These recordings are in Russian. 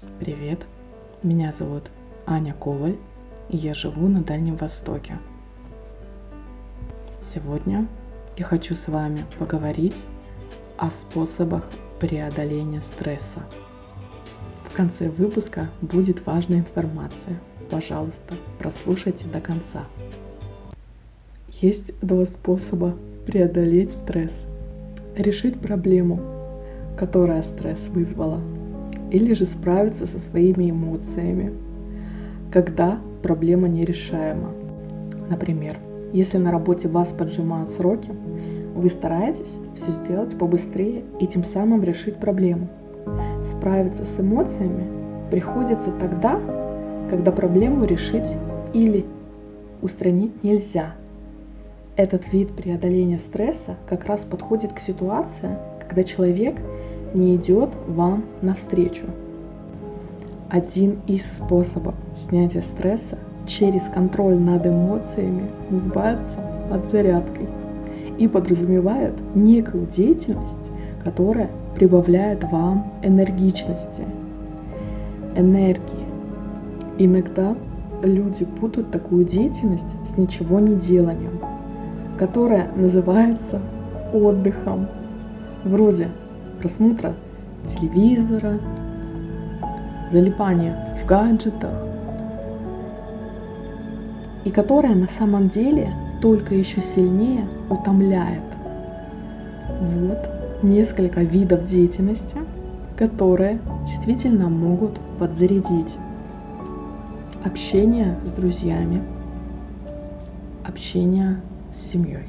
Привет, меня зовут Аня Коваль, и я живу на Дальнем Востоке. Сегодня я хочу с вами поговорить о способах преодоления стресса. В конце выпуска будет важная информация. Пожалуйста, прослушайте до конца. Есть два способа преодолеть стресс. Решить проблему, которая стресс вызвала, или же справиться со своими эмоциями, когда проблема нерешаема. Например, если на работе вас поджимают сроки, вы стараетесь все сделать побыстрее и тем самым решить проблему. Справиться с эмоциями приходится тогда, когда проблему решить или устранить нельзя. Этот вид преодоления стресса как раз подходит к ситуации, когда человек не идет вам навстречу. Один из способов снятия стресса через контроль над эмоциями называется подзарядкой и подразумевает некую деятельность, которая прибавляет вам энергичности, энергии. Иногда люди путают такую деятельность с ничего не деланием, которая называется отдыхом, вроде просмотра телевизора, залипания в гаджетах, и которая на самом деле только еще сильнее утомляет. Вот несколько видов деятельности, которые действительно могут подзарядить. Общение с друзьями, общение с семьей,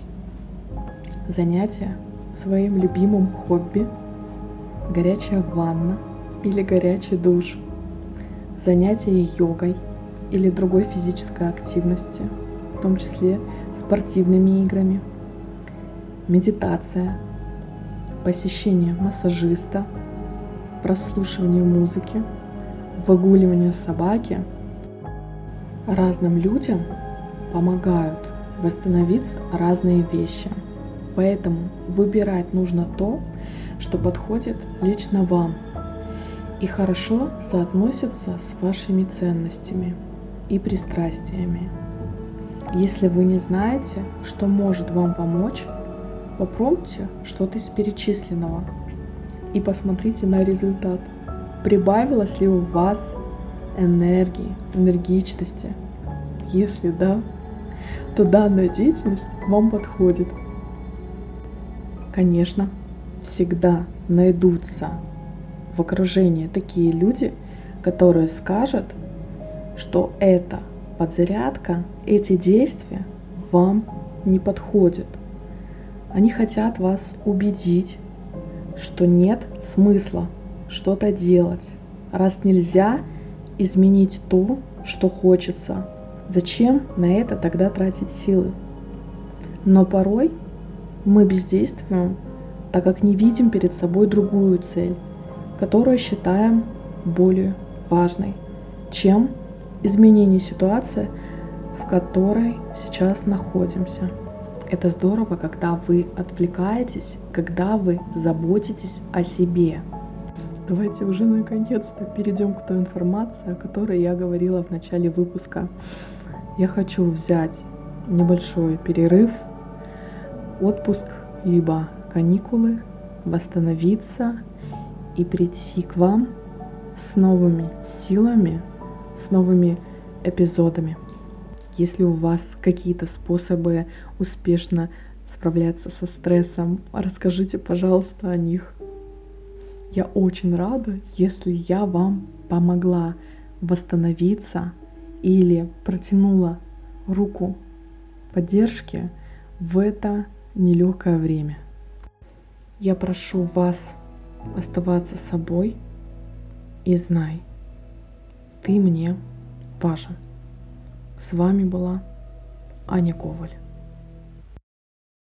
занятия своим любимым хобби, горячая ванна или горячий душ, занятия йогой или другой физической активностью, в том числе спортивными играми, медитация, посещение массажиста, прослушивание музыки, выгуливание собаки. Разным людям помогают восстановиться разные вещи, поэтому выбирать нужно то, что подходит лично вам и хорошо соотносится с вашими ценностями и пристрастиями. Если вы не знаете, что может вам помочь, попробуйте что-то из перечисленного и посмотрите на результат. Прибавилось ли у вас энергии, энергичности? Если да, то данная деятельность вам подходит. Конечно, всегда найдутся в окружении такие люди, которые скажут, что эта подзарядка, эти действия вам не подходят. Они хотят вас убедить, что нет смысла что-то делать, раз нельзя изменить то, что хочется. Зачем на это тогда тратить силы? Но порой мы бездействуем, так как не видим перед собой другую цель, которую считаем более важной, чем изменение ситуации, в которой сейчас находимся. Это здорово, когда вы отвлекаетесь, когда вы заботитесь о себе. Давайте уже наконец-то перейдем к той информации, о которой я говорила в начале выпуска. Я хочу взять небольшой перерыв, отпуск, либо каникулы, восстановиться и прийти к вам с новыми силами, с новыми эпизодами. Если у вас какие-то способы успешно справляться со стрессом, расскажите, пожалуйста, о них. Я очень рада, если я вам помогла восстановиться или протянула руку поддержки в это нелегкое время. Я прошу вас оставаться собой и знай, ты мне важен. С вами была Аня Коваль.